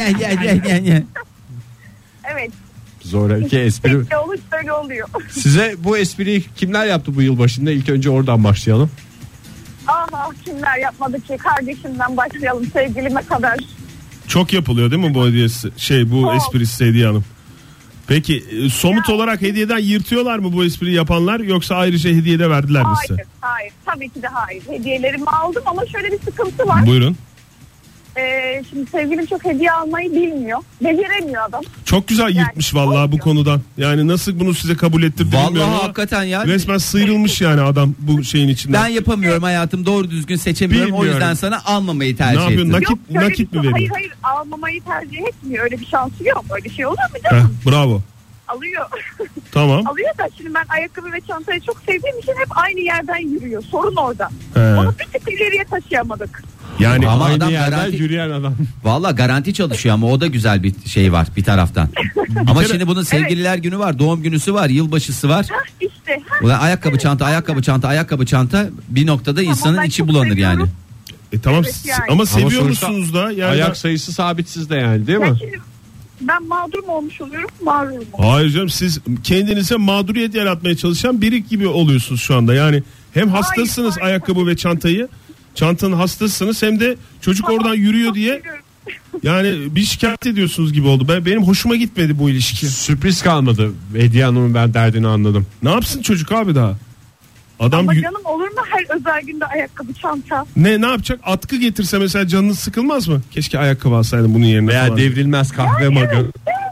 Evet. Zoraki espri. Peki olur böyle oluyor. Size bu espriyi kimler yaptı bu yıl başında? İlk önce oradan başlayalım. Aha kimler yapmadı ki, kardeşimden başlayalım sevgilime kadar. Çok yapılıyor değil mi bu hediyesi? Şey bu Çok. esprisi Hediye Hanım. Peki e, somut olarak hediyeden yırtıyorlar mı bu espriyi yapanlar, yoksa ayrıca hediye de verdiler mi size? Hayır, hayır. Tabii ki de hayır. Hediyelerimi aldım ama şöyle bir sıkıntı var. Buyurun. Ee, şimdi sevgilim çok hediye almayı bilmiyor. Beceremiyor adam. Çok güzel yırtmış Yani, vallahi bu olmuyor. konudan. Yani nasıl bunu size kabul ettirdi Vallahi bilmiyorum ama hakikaten ya. resmen sıyrılmış yani adam bu şeyin içinden. Ben yapamıyorum hayatım, doğru düzgün seçemiyorum. O Bilmiyorum. yüzden sana almayı tercih Ne yapıyorsun? ettim. Nakit- Yok, şöyle nakit bir mi şey- veriyor? Hayır hayır almamayı tercih etmiyor. Öyle bir şansı yok. Öyle şey olur mu canım? Heh, bravo. Alıyor. Tamam. Alıyor da şimdi ben ayakkabı ve çantayı çok sevdiğim için hep aynı yerden yürüyor. Sorun orada. He. Onu bir tık ileriye taşıyamadık. Yani Ama Aynı adam yerden garanti- yürüyen adam. Valla garanti çalışıyor ama o da güzel bir şey var bir taraftan. Ama şimdi bunun sevgililer günü var, doğum günüsü var, yılbaşısı var. Hah işte. Hah. Ulan ayakkabı Evet, çanta, aynen. ayakkabı çanta, ayakkabı çanta bir noktada Tamam, insanın ben içi çok bulanır yani. seviyorum. e, tamam Evet, yani. ama seviyor Ama sonuçta musunuz da? Yani Ayak ben- sayısı sabitsiz de yani değil Ben, mi? şimdi, ben mağdur mu olmuş oluyorum, mağrur mu? Hayır canım, siz kendinize mağduriyet yaratmaya çalışan biri gibi oluyorsunuz şu anda. Yani hem hastasınız hayır. ayakkabı ve çantayı, çantanın hastasınız, hem de çocuk Tamam, oradan yürüyor çok diye seviyorum. Yani bir şikayet ediyorsunuz gibi oldu. Ben benim hoşuma gitmedi bu ilişki. Sürpriz kalmadı. Hediye Hanım'ın ben derdini anladım. Ne yapsın çocuk abi daha? Adam Ama y- canım olur mu her özel günde ayakkabı, çanta? ne ne yapacak? Atkı getirse mesela canınız sıkılmaz mı? Keşke ayakkabı alsaydım bunun yerine. Veya falan. devrilmez kahve Yani mugı. evet,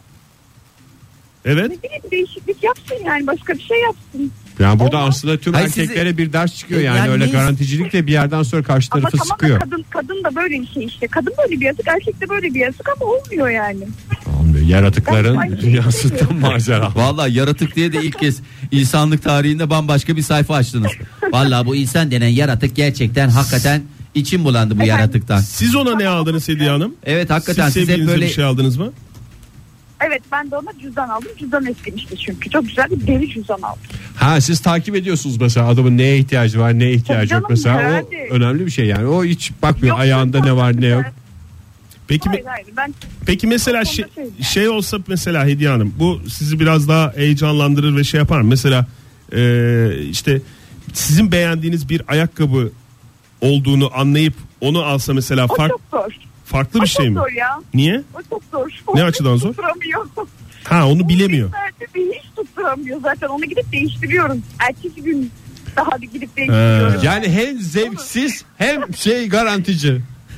Evet. ne bileyim değişiklik yapsın yani başka bir şey yapsın. Yani burada Olmaz. aslında tüm Hayır, erkeklere sizi- bir ders çıkıyor yani, Yani öyle ne- garanticilik de bir yerden sonra karşı Ama tarafı tamam da sıkıyor. kadın, kadın da böyle bir şey işte. Kadın böyle bir yazık, erkek de böyle bir yazık ama olmuyor yani. Olmuyor. Yaratıkların Ben- dünyasında macera. Vallahi yaratık diye de ilk kez insanlık tarihinde bambaşka bir sayfa açtınız. Vallahi bu insan denen yaratık gerçekten hakikaten içim bulandı bu yaratıktan. Siz ona ne aldınız Hediye Hanım? Evet hakikaten Siz siz hep sevgilinize böyle bir şey aldınız mı? Evet ben de ona cüzdan aldım. Cüzdan istemişti çünkü. Çok güzel bir deri cüzdan aldım. Ha siz takip ediyorsunuz mesela adamın neye ihtiyacı var, neye ihtiyacı Tabii yok mesela. canım, O herhalde. önemli bir şey yani. O hiç bakmıyor Yok, ayağında yok, ne var ne yok. Peki Hayır hayır ben Peki mesela O şey, konuda şey yani. şey olsa mesela Hediye Hanım, bu sizi biraz daha heyecanlandırır ve şey yapar mı? Mesela e, işte sizin beğendiğiniz bir ayakkabı olduğunu anlayıp onu alsa mesela o fark, çok zor. farklı O bir şey çok mi? zor ya. Niye? O çok zor. Ne Onu açıdan zor? Tutturamıyor. Ha onu bilemiyor. Bir hiç tutturamıyor zaten. Onu gidip değiştiriyoruz. Ertesi gün daha bir gidip değiştiriyoruz. Yani hem zevksiz hem şey garantici.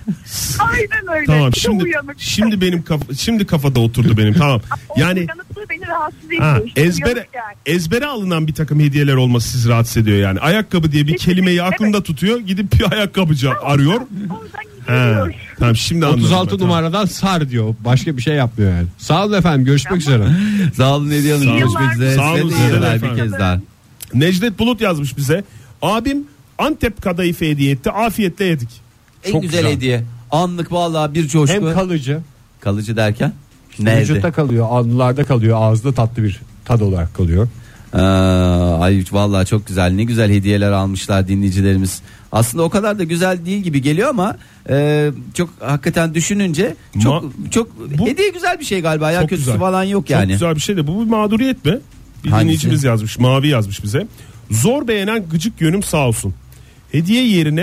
Aynen öyle. Tamam Bir de şimdi uyanık. şimdi benim kafa, şimdi kafada oturdu benim. Tamam. O Yani uyanıklığı beni rahatsız ediyor. ha, İşte ezbere uyanık yani. ezbere alınan bir takım hediyeler olması sizi rahatsız ediyor yani. Ayakkabı diye bir Kesinlikle, kelimeyi evet. aklında tutuyor, gidip bir ayakkabıcı arıyor. Oradan Ha, gidiyor. tamam şimdi anladım. otuz ben, altı tamam. numaradan sar diyor. Başka bir şey yapmıyor yani. Sağ olun efendim. Görüşmek üzere. sağ olun Hediye Hanım. Sağ olun. Görüşmek üzere. Sağ olun Size de size iyi de yıllar bir efendim. kez daha. Necdet Bulut yazmış bize. Abim Antep kadayıfı hediye etti. Afiyetle yedik. En Çok güzel, güzel. hediye. Anlık vallahi bir coşku. Hem kalıcı. Kalıcı derken? Vücutta Nerede? kalıyor. Anılarda kalıyor. Ağızda tatlı bir tad olarak kalıyor. Aa, ay vallahi çok güzel. Ne güzel hediyeler almışlar dinleyicilerimiz. Aslında o kadar da güzel değil gibi geliyor ama e, çok hakikaten düşününce çok Ma- çok bu- hediye güzel bir şey galiba ya, Çok kötüsü güzel. falan yok Çok yani. güzel bir şey de bu bir mağduriyet mi? Bir Hangisi? dinleyicimiz yazmış. Mavi yazmış bize. Zor beğenen gıcık yönüm sağ olsun. Hediye yerine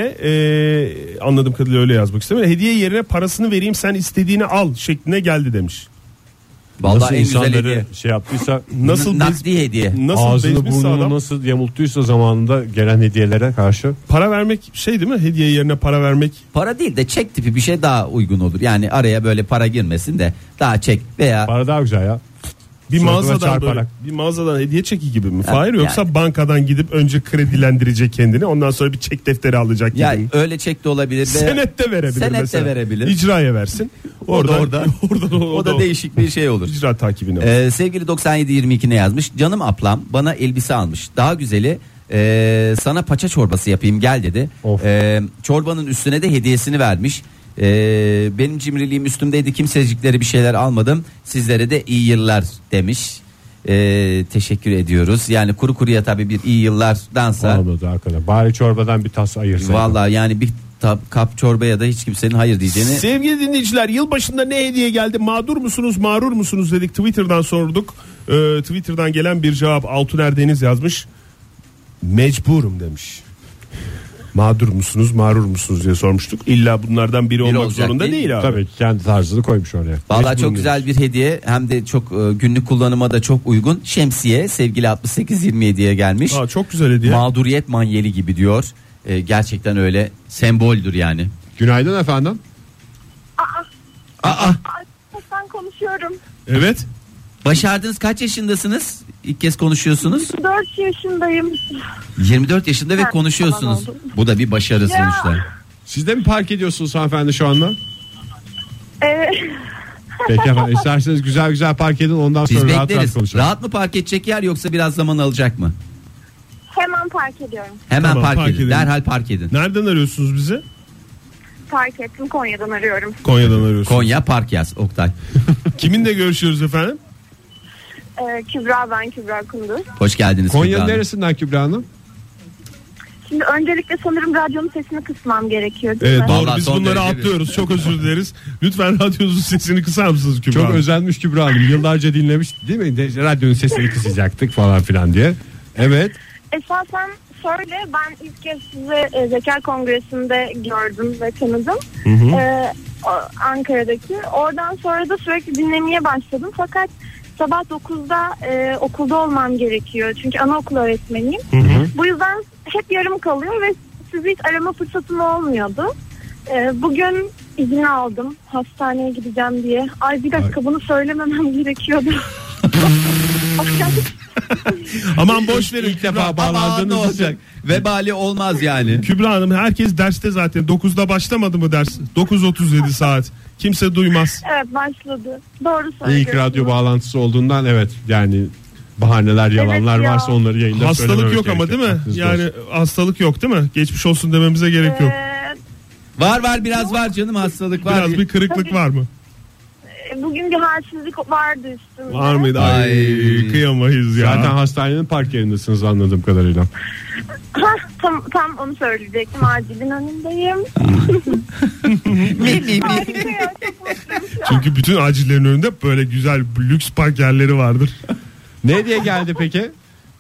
e, anladığım kadarıyla öyle yazmak istemiyor. Hediye yerine parasını vereyim sen istediğini al şekline geldi demiş. Vallahi Nasıl en güzel insanları hediye. şey yaptıysa, Nasıl bez, Nakdi hediye. nasıl ağzını bezmişse burnunu adam, nasıl yamulttuysa zamanında gelen hediyelere karşı. para vermek şey değil mi? Hediye yerine para vermek. Para değil de çek tipi bir şey daha uygun olur. Yani araya böyle para girmesin de daha çek veya Para daha güzel ya. Bir Suratına mağazadan çarparak. böyle, bir mağazadan hediye çeki gibi mi? Ha, Hayır yoksa yani. bankadan gidip önce kredilendirecek kendini, ondan sonra bir çek defteri alacak gibi ya mi? öyle çek de olabilir. veya- Senet de verebilir Senet de mesela. verebilir. İcraya versin. O da Oradan, orada. oradan o, O da değişik bir şey olur. icra takibine. Ee, sevgili doksan yedi yirmi iki ne yazmış? Canım ablam bana elbise almış. Daha güzeli e, sana paça çorbası yapayım gel dedi. Of. E, çorbanın üstüne de hediyesini vermiş. E, benim cimriliğim üstümdeydi, kimsecikleri bir şeyler almadım. Sizlere de iyi yıllar demiş. E, teşekkür ediyoruz. Yani kuru kuruya tabii bir iyi yıllardansa. Olmadı arkadaşlar. Bari çorbadan bir tas ayırsaydı. Vallahi yani bir tab- kap çorbaya da hiç kimsenin hayır diyeceğini. Sevgili dinleyiciler, yılbaşında ne hediye geldi? Mağdur musunuz, mağrur musunuz dedik. Twitter'dan sorduk. Ee, Twitter'dan gelen bir cevap. Altuner Deniz yazmış. Mecburum demiş. Mağdur musunuz, mağrur musunuz diye sormuştuk. İlla bunlardan biri olmak olacak zorunda değil. değil, abi. Tabii ki kendi tarzını koymuş oraya. Vallahi Mecburum çok güzel bir hediye, hem de çok e, günlük kullanıma da çok uygun. Şemsiye sevgili altmış sekiz yirmi yediye gelmiş. Aa, çok güzel hediye. Mağduriyet manyeli gibi diyor. E, gerçekten öyle semboldür yani. Günaydın efendim. Aa, Ben konuşuyorum. Evet. başardınız, kaç yaşındasınız? İlk kez konuşuyorsunuz. dört yaşındayım. yirmi dört yaşında ve Ha, konuşuyorsunuz. tamam, oldu. Bu da bir başarı Ya. sonuçta. Siz de mi park ediyorsunuz hanımefendi şu anda? Ee, Peki efendim, isterseniz güzel güzel park edin, ondan Biz sonra rahat rahat bekleriz. konuşalım. Rahat mı park edecek yer, yoksa biraz zaman alacak mı? hemen park ediyorum. Hemen Tamam, park, park edin. edelim. Derhal park edin. Nereden arıyorsunuz bizi? Park ettim, Konya'dan arıyorum. Konya'dan arıyorsunuz. Konya park yaz Oktay. Kiminle görüşüyoruz efendim? Ee, Kübra ben Kübra Kunduz. Hoş geldiniz. Kübra Konya'nın Hanım. neresinden Kübra Hanım? Şimdi öncelikle sanırım radyonun sesini kısmam gerekiyor değil Evet mi? doğru, Vallahi biz son bunları derece bir- atlıyoruz. Çok özür dileriz. Lütfen radyonuzun sesini kısar mısınız Kübra Çok Hanım? özenmiş Kübra Hanım. Yıllarca dinlemiş değil mi? De- Radyonun sesini kısacaktık falan filan diye. Evet. Esasen şöyle, ben ilk kez sizi e, Zeka Kongresi'nde gördüm ve tanıdım. Ee, Ankara'daki. Oradan sonra da sürekli dinlemeye başladım. Fakat sabah dokuzda e, okulda olmam gerekiyor. Çünkü anaokulu öğretmeniyim. Hı hı. Bu yüzden hep yarım kalıyor ve sizi hiç arama fırsatım olmuyordu. E, bugün izin aldım. Hastaneye gideceğim diye. Ay bir dakika, bunu söylememem gerekiyordu. Aman boş verin. İlk defa bağlandığınız olacak. Vebali olmaz yani. Kübra Hanım, herkes derste zaten. dokuzda başlamadı mı ders? dokuz otuz yedi saat. Kimse duymaz. Evet, başladı. Doğru söylüyorsunuz. İlk radyo bağlantısı olduğundan evet yani bahaneler, yalanlar Evet ya. varsa onları yayında Hastalık yok ama gerekiyor. değil mi? Haklısınız Yani olsun. hastalık yok değil mi? Geçmiş olsun dememize gerek yok. Ee, Var var biraz var canım, hastalık var. Biraz bir kırıklık Tabii. var mı? bugün bir halsizlik vardı üstümde. Var mıydı? Ay, Ay. kıyamayız ya. Zaten hastanenin park yerindesiniz anladığım kadarıyla. Hah, tam, tam onu söyleyecektim. Acilin önündeyim. Mi, mi, mi. Harika ya, çok mutluyum şu an. Çünkü bütün acillerin önünde böyle güzel lüks park yerleri vardır. Ne hediye geldi peki?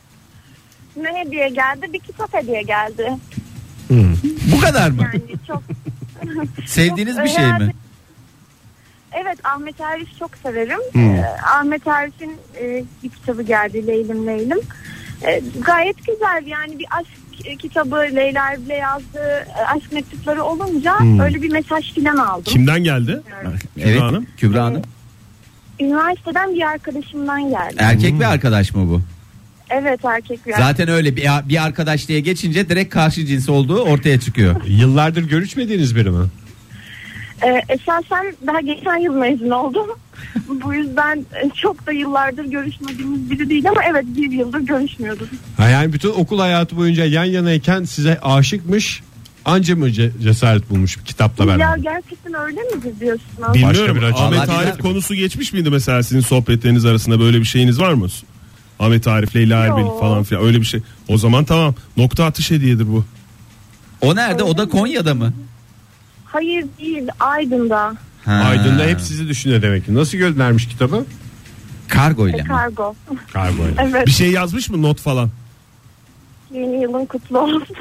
Ne hediye geldi? Bir kitap hediye geldi. Bu kadar mı? Yani çok... Sevdiğiniz çok bir şey herhalde- mi? Evet, Ahmet Arif çok severim. Ee, Ahmet Arif'in e, bir kitabı geldi, Leylim Leylim. Ee, gayet güzel yani, bir aşk e, kitabı, Leyla Erbil'e yazdığı e, aşk mektupları olunca öyle bir mesaj filan aldım. Kimden geldi? Evet, Kübra Hanım. Kübra Hanım. Üniversiteden bir arkadaşımdan geldi. Erkek bir arkadaş mı bu? Evet, erkek bir Zaten öyle bir, bir arkadaş diye geçince direkt karşı cins olduğu ortaya çıkıyor. Yıllardır görüşmediğiniz biri mi? Ee, esasen daha geçen yıl mezun oldum. Bu yüzden e, çok da yıllardır görüşmediğimiz biri değil ama evet, bir yıldır görüşmüyorduk. Ha yani bütün okul hayatı boyunca yan yanayken size aşıkmış, anca mı ce- cesaret bulmuş kitapla Ya beraber? gerçekten öyle midir diyorsunuz? Bilmiyorum. bir açıdan. Ahmet Vallahi Arif bilmiyorum. konusu geçmiş miydi mesela sizin sohbetleriniz arasında, böyle bir şeyiniz var mı? Ahmet Arif, Leyla Erbil Yok. falan filan öyle bir şey. O zaman tamam, nokta atış hediyedir bu. O nerede? O da Konya'da mı? Hayır değil, Aydın'da. Ha. Aydın'da hep sizi düşünüyor demek ki. Nasıl göndermiş kitabı? Kargo E, ile mi? kargo. Kargoyla. Evet, Bir şey yazmış mı, not falan? yeni yılın kutlu olsun.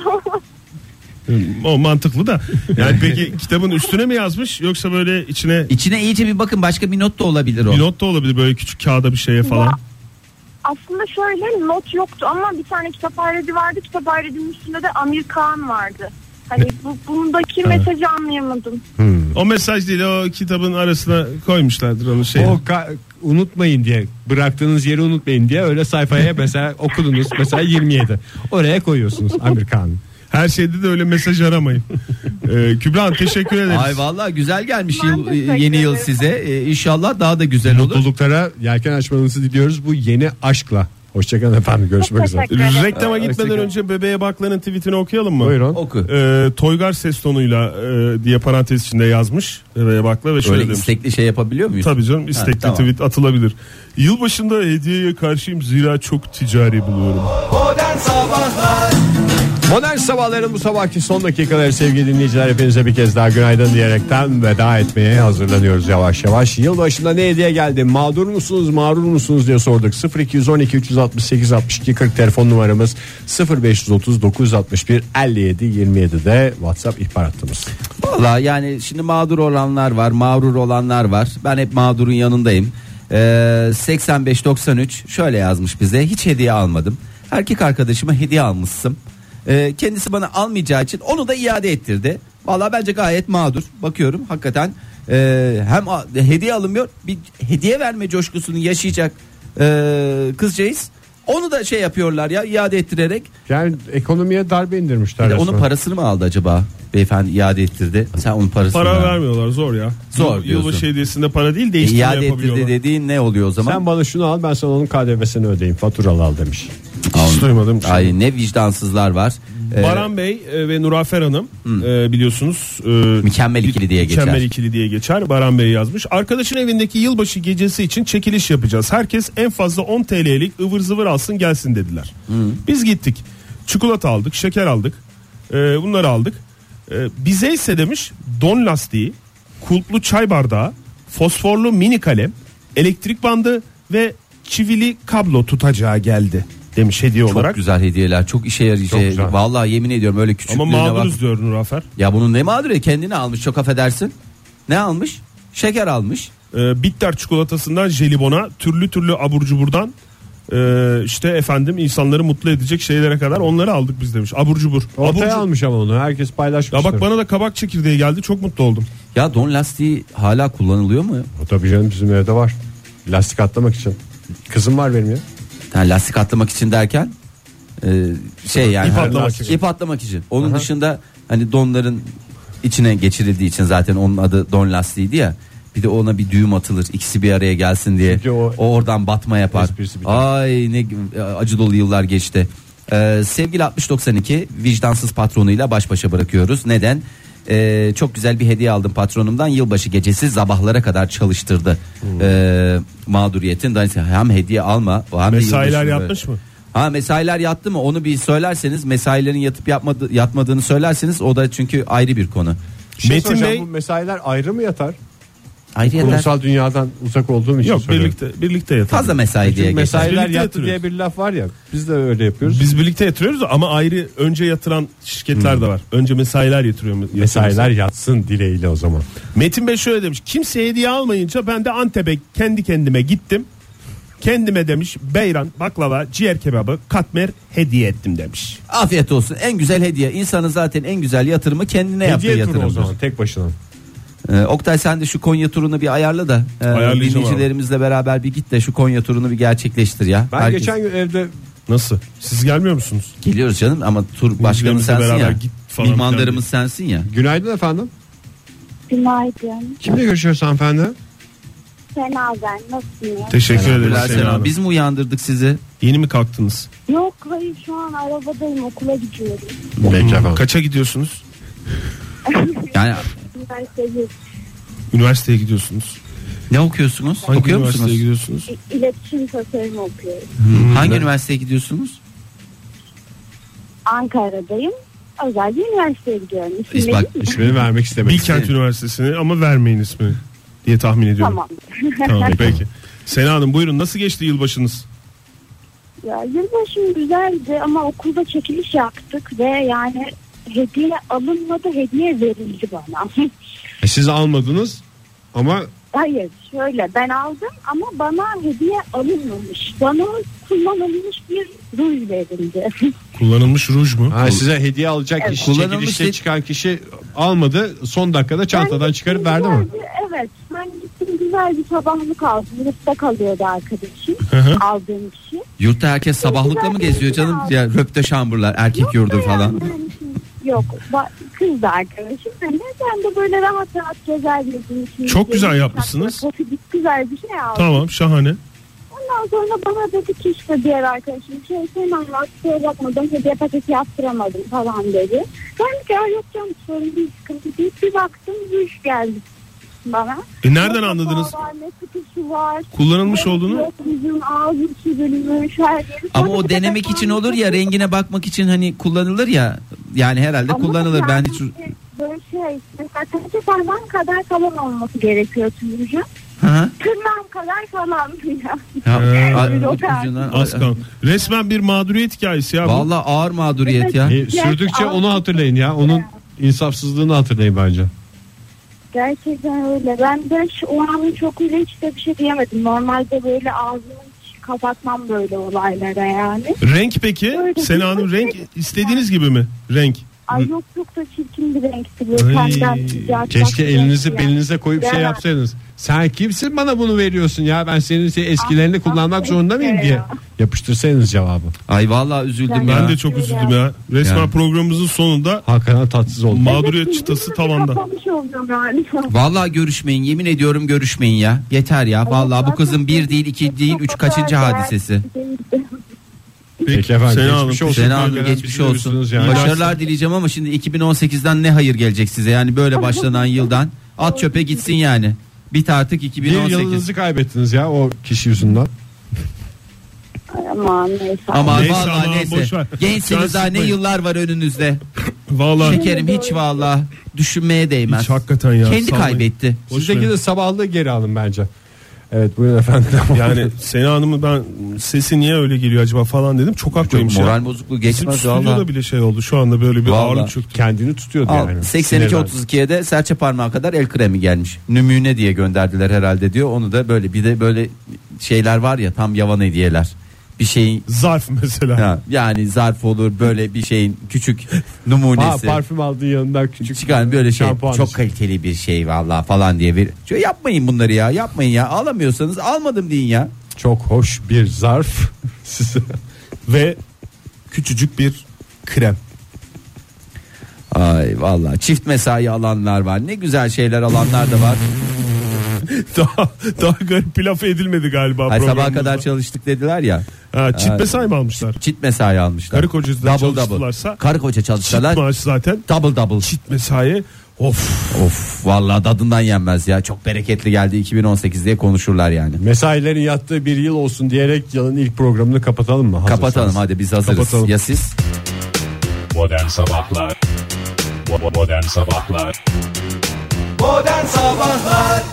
O mantıklı da. Yani peki kitabın üstüne mi yazmış yoksa böyle içine İçine iyice bir bakın, başka bir not da olabilir o. bir not da olabilir, böyle küçük kağıda bir şeye falan. Ya, aslında şöyle, not yoktu ama bir tane kitap ayrıcı vardı. Kitap ayrıcının üstünde de Amir Kağan vardı. Hani bu, bundaki mesajı anlayamadım. O mesaj değil, o kitabın arasına koymuşlardır onu şey. O ka- unutmayın diye, bıraktığınız yeri unutmayın diye öyle sayfaya mesela okudunuz mesela yirmi yedi. Oraya koyuyorsunuz Amerikan. Her şeyde de öyle mesaj aramayın. ee, Kübra Hanım, teşekkür ederiz. Ay vallahi güzel gelmiş Ben yıl, teşekkür yeni yıl ederim. size. Ee, İnşallah daha da güzel olur. Mutluluklara yelken açmanızı diliyoruz bu yeni aşkla. Hoşçakalın efendim, görüşmek Çok üzere. teşekkür ederim. Reklama Aa, gitmeden hoşçakalın. önce Bebeğe Bakla'nın tweetini okuyalım mı? Buyurun. Oku. Ee, Toygar ses tonuyla e, diye parantez içinde yazmış Bebeğe Bakla ve şöyle Böyle demiş. istekli şey yapabiliyor muyuz? Tabii canım, istekli Ha, tamam. tweet atılabilir. Yılbaşında hediyeye karşıyım, zira çok ticari buluyorum. Modern Sabahlar Modern Sabahların bu sabahki son dakikaları sevgili dinleyiciler, hepinize bir kez daha günaydın diyerekten veda etmeye hazırlanıyoruz yavaş yavaş. Yılbaşında ne hediye geldi, mağdur musunuz mağrur musunuz diye sorduk. sıfır iki on iki üç altı sekiz altmış iki kırk telefon numaramız, sıfır beş otuz dokuz altmış bir elli yedi yirmi yedi de WhatsApp ihbar hattımız. Vallahi yani şimdi mağdur olanlar var, mağrur olanlar var. Ben hep mağdurun yanındayım. Ee, seksen beş doksan üç şöyle yazmış bize: hiç hediye almadım. Erkek arkadaşıma hediye almışsın. Ee, kendisi bana almayacağı için onu da iade ettirdi. Vallahi bence gayet mağdur. Bakıyorum hakikaten e, hem a- hediye alınmıyor, bir hediye verme coşkusunu yaşayacak e, kızcağız. Onu da şey yapıyorlar ya, iade ettirerek. Yani ekonomiye darbe indirmişler. Bir de onun resmen. parasını mı aldı acaba? Beyefendi iade ettirdi. Sen onun parasını Para al. vermiyorlar, zor ya. Zor Yıl- diyorsun. Yılbaşı hediyesinde para değil, E, değiştirme iade yapabiliyorlar. ettirdi dediğin ne oluyor o zaman? Sen bana şunu al, ben sana onun K D V'sini ödeyeyim, faturalı al demiş. Hiç duymadım. Ay ne vicdansızlar var. Ee, Baran Bey e, ve Nurafer Hanım e, biliyorsunuz e, mükemmel ikili diye geçer. mükemmel ikili diye geçer. Baran Bey yazmış. Arkadaşın evindeki yılbaşı gecesi için çekiliş yapacağız. Herkes en fazla on T L'lik ıvır zıvır alsın gelsin dediler. Biz gittik. Çikolata aldık, şeker aldık. E, bunları aldık. E, bize ise demiş don lastiği, kulplu çay bardağı, fosforlu mini kalem, elektrik bandı ve çivili kablo tutacağı geldi demiş hediye Çok olarak. güzel hediyeler, çok işe yarayacak. güzel. Vallahi yemin ediyorum öyle küçüklüğüne Ama bak. mağduruz diyor Nurafer. Ya bunun ne mağduru, kendini almış, çok affedersin. Ne almış? Şeker almış. Ee, bitter çikolatasından jelibona, türlü türlü abur cuburdan e, işte efendim insanları mutlu edecek şeylere kadar onları aldık biz demiş. Abur cubur. Ortaya Abur almış ama onu herkes paylaşmış. Ya bak bana da kabak çekirdeği geldi, çok mutlu oldum. Ya don lastiği hala kullanılıyor mu? O tabii canım, bizim evde var. Lastik atlamak için. Kızım var benim ya. Ha, lastik atlamak için derken e, şey yani İp her- atlamak için. ip atlamak için. Onun Aha. dışında hani donların içine geçirildiği için zaten onun adı don lastiğiydi ya. Bir de ona bir düğüm atılır, ikisi bir araya gelsin diye. Çünkü o- O oradan batma yapar. Esprisi biter. Ay ne acı dolu yıllar geçti. Ee, sevgili altmış doksan iki vicdansız patronuyla baş başa bırakıyoruz. Neden? Ee, çok güzel bir hediye aldım patronumdan. Yılbaşı gecesi sabahlara kadar çalıştırdı. Hmm. Ee, mağduriyetin da hem hediye alma hem de Mesailer yılbaşı- yapmış mı? Ha, mesailer yattı mı? Onu bir söylerseniz, mesailerin yatıp yapmadı, yatmadığını söylerseniz, o da çünkü ayrı bir konu. Bir şey Metin soracağım, Bey- bu mesailer ayrı mı yatar? Ayrı yeter. Kurumsal dünyadan uzak olduğum için Yok, soruyorum. birlikte birlikte yatalım. Fazla mesai diye Çünkü geçer. mesailer Birlikte yattı yatırıyoruz. diye bir laf var ya, biz de öyle yapıyoruz. Biz birlikte yatırıyoruz ama ayrı önce yatıran şirketler de var. Önce mesailer yatırıyor. yatırıyor. Mesailer yatsın dileğiyle o zaman. Metin Bey şöyle demiş. Kimse hediye almayınca ben de Antep'e kendi kendime gittim. Kendime demiş beyran, baklava, ciğer kebabı, katmer hediye ettim demiş. Afiyet olsun. En güzel hediye. İnsanın zaten en güzel yatırımı kendine yaptığı Hediye turu o yatırımdır. zaman tek başına. Ee, Oktay sen de şu Konya turunu bir ayarla da e, Ayarlayacağım dinleyicilerimizle beraber bir git de şu Konya turunu bir gerçekleştir ya. Ben Herkes- geçen gün evde Nasıl? Siz gelmiyor musunuz? Geliyoruz canım ama tur başkanı Dinleyicilerimizle sensin beraber ya. git falan Mihmandarımız sensin ya. günaydın efendim. Günaydın. Kimle görüşüyoruz hanımefendi? Sena ben. Nasılsınız? Teşekkür ederim. Teşekkürler Sena Sena. Hanım. Biz mi uyandırdık sizi? Yeni mi kalktınız? Yok hayır şu an arabadayım okula gidiyorum. Peki efendim. Kaça gidiyorsunuz? Yani Üniversitede Üniversiteye gidiyorsunuz. ne okuyorsunuz? Hangi Okuyor üniversiteye musunuz? gidiyorsunuz? i- iletişim tasarımı okuyorum. Hangi üniversiteye gidiyorsunuz? Ankara'dayım. Özel bir üniversiteye gidiyorum. Biz İsmi bak- değil mi? İsmini vermek istemedim. Bilkent Üniversitesi'ni ama vermeyin ismini diye tahmin ediyorum. Tamam. Tamam peki. Sena Hanım buyurun, nasıl geçti yılbaşınız? Ya yılbaşım güzeldi ama okulda çekiliş yaptık ve yani hediye alınmadı, hediye verildi bana. E, siz almadınız ama Hayır şöyle ben aldım ama bana hediye alınmamış. Bana kullanılmış bir ruj verildi. Kullanılmış ruj mu? ha, size hediye alacak Evet. kişi, Kullanılmış çekilişte de- çıkan kişi almadı. Son dakikada çantadan Ben çıkarıp gittim, verdi mi? güzel bir- Evet ben gittim güzel bir sabahlık aldım. Yurtta kalıyordu arkadaşım. hı. Aldığım kişi. Yurtta herkes sabahlıkla mı geziyor canım? Ya röpte şamburlar, erkek yurdu Yok da falan. yani, yani şimdi- Yok ba- kız da arkadaşım. Ben de, ben de böyle rahat rahat gezer gezdim. Şimdi Çok güzel benim yapmışsınız. saçma, pofidik güzel bir şey aldım. Tamam, şahane. Ondan sonra bana dedi ki işte diğer arkadaşım şey sen anlat kusura bakma ben hediye paketi yaptıramadım falan dedi. Ben de ya yok canım sorun değil sıkıntı değil. Bir baktım ruj geldi bana. E nereden Ne anladınız? kapağı var, ne kutusu var. Kullanılmış Ne- olduğunu? Yok yüzün ağzı çizilmiş her yeri. Ama Sonra o bir de denemek ben- için olur ya, rengine bakmak için hani kullanılır ya. Yani herhalde Ama kullanılır. Ben yani hiç böyle şey mesela sadece parmağım kadar falan olması gerekiyor tümücü. Hı hı. Tırnağım kadar falan ya. Ya, Ee, a- o ucundan- kadar. Az kaldı. Resmen bir mağduriyet hikayesi ya bu. Vallahi ağır mağduriyet ya. E, sürdükçe onu hatırlayın ya. Onun insafsızlığını hatırlayın bence. Gerçekten öyle. Ben de şu, o an çok öyle hiç de bir şey diyemedim. Normalde böyle ağzımı hiç kapatmam böyle olaylara yani. Renk peki? Öyle Sena bir- Hanım renk istediğiniz gibi mi? Renk. Ay yok çok da çirkin bir renkti. Böyle Ay, pemben sıcak. Keşke bak- elinizi yani. belinize koyup şey Ya. yapsaydınız. Sen kimsin bana bunu veriyorsun ya, ben senin şey eskilerini Ah, kullanmak ah, zorunda mıyım ya. diye yapıştırsaydınız cevabı. Ay vallahi üzüldüm Ben- ya. Ben de çok üzüldüm ya. Resmen Yani. programımızın sonunda Hakikaten tatsız oldu. mağduriyet Evet, çıtası yüzümü tavanda. kapamış oldum yani. Vallahi görüşmeyin, yemin ediyorum görüşmeyin ya. Yeter ya. Vallahi bu kızın bir değil, iki değil, üç kaçıncı hadisesi. Peki efendim, Sena Hanım, geçmiş olsun. Sena Hanım Hakikaten geçmiş bizi olsun. üzüldünüz yani. Başarılar dileyeceğim ama şimdi iki bin on sekizden ne hayır gelecek size? Yani böyle başlanan yıldan at çöpe gitsin yani. Bit artık iki bin on Bir sekiz. yılınızı kaybettiniz ya o kişi yüzünden. Aman neyse. Ama Neyse vallahi ama neyse. boş ver. Gençsiniz daha, ne Sıkmayın. yıllar var önünüzde. Vallahi Şekerim hiç vallahi düşünmeye değmez. hiç hakikaten ya. Kendi sallayın. kaybetti. Boş Sizdeki ver. de sabahlığı geri alın bence. Evet buyurun efendim. Yani Sena Hanım'ın ben sesi niye öyle geliyor acaba falan dedim. Çok haklıymış ya. Moral bozukluğu geçmez Bizim valla. stüdyoda bile şey oldu. Şu anda böyle bir Vallahi. ağırlık çöktü. Kendini tutuyordu Al, yani. seksen iki Sinirden. otuz ikiye de serçe parmağı kadar el kremi gelmiş. Nümune diye gönderdiler herhalde diyor. Onu da böyle bir de böyle şeyler var ya tam yavan hediyeler. Bir şeyin Zarf mesela. ha, yani zarf olur böyle bir şeyin küçük numunesi. Ha, parfüm aldığı yanından küçük. Çıkan böyle şey şampuan çok işte. kaliteli bir şey vallahi falan diye bir. Şöyle yapmayın bunları ya yapmayın ya alamıyorsanız almadım deyin ya. Çok hoş bir zarf size. Ve küçücük bir krem. Ay vallahi çift mesai alanlar var ne güzel şeyler alanlar da var. daha daha garip bir laf edilmedi galiba. Ay, sabaha programımızda. kadar çalıştık dediler ya. Ha, çift Ha, mesai mi almışlar? Çift mesai almışlar. Karı kocası da çalıştılarsa- Karı koca Çift çalışsalar maaş zaten. double double. Çift mesai. Of. Of vallahi tadından yenmez ya. Çok bereketli geldi iki bin on sekiz diye konuşurlar yani. Mesailerin yattığı bir yıl olsun diyerek yılın ilk programını kapatalım mı? Hazırsanız. Kapatalım hadi biz hazırız. Kapatalım. Ya siz? Modern Sabahlar Bo- Modern Sabahlar Modern Sabahlar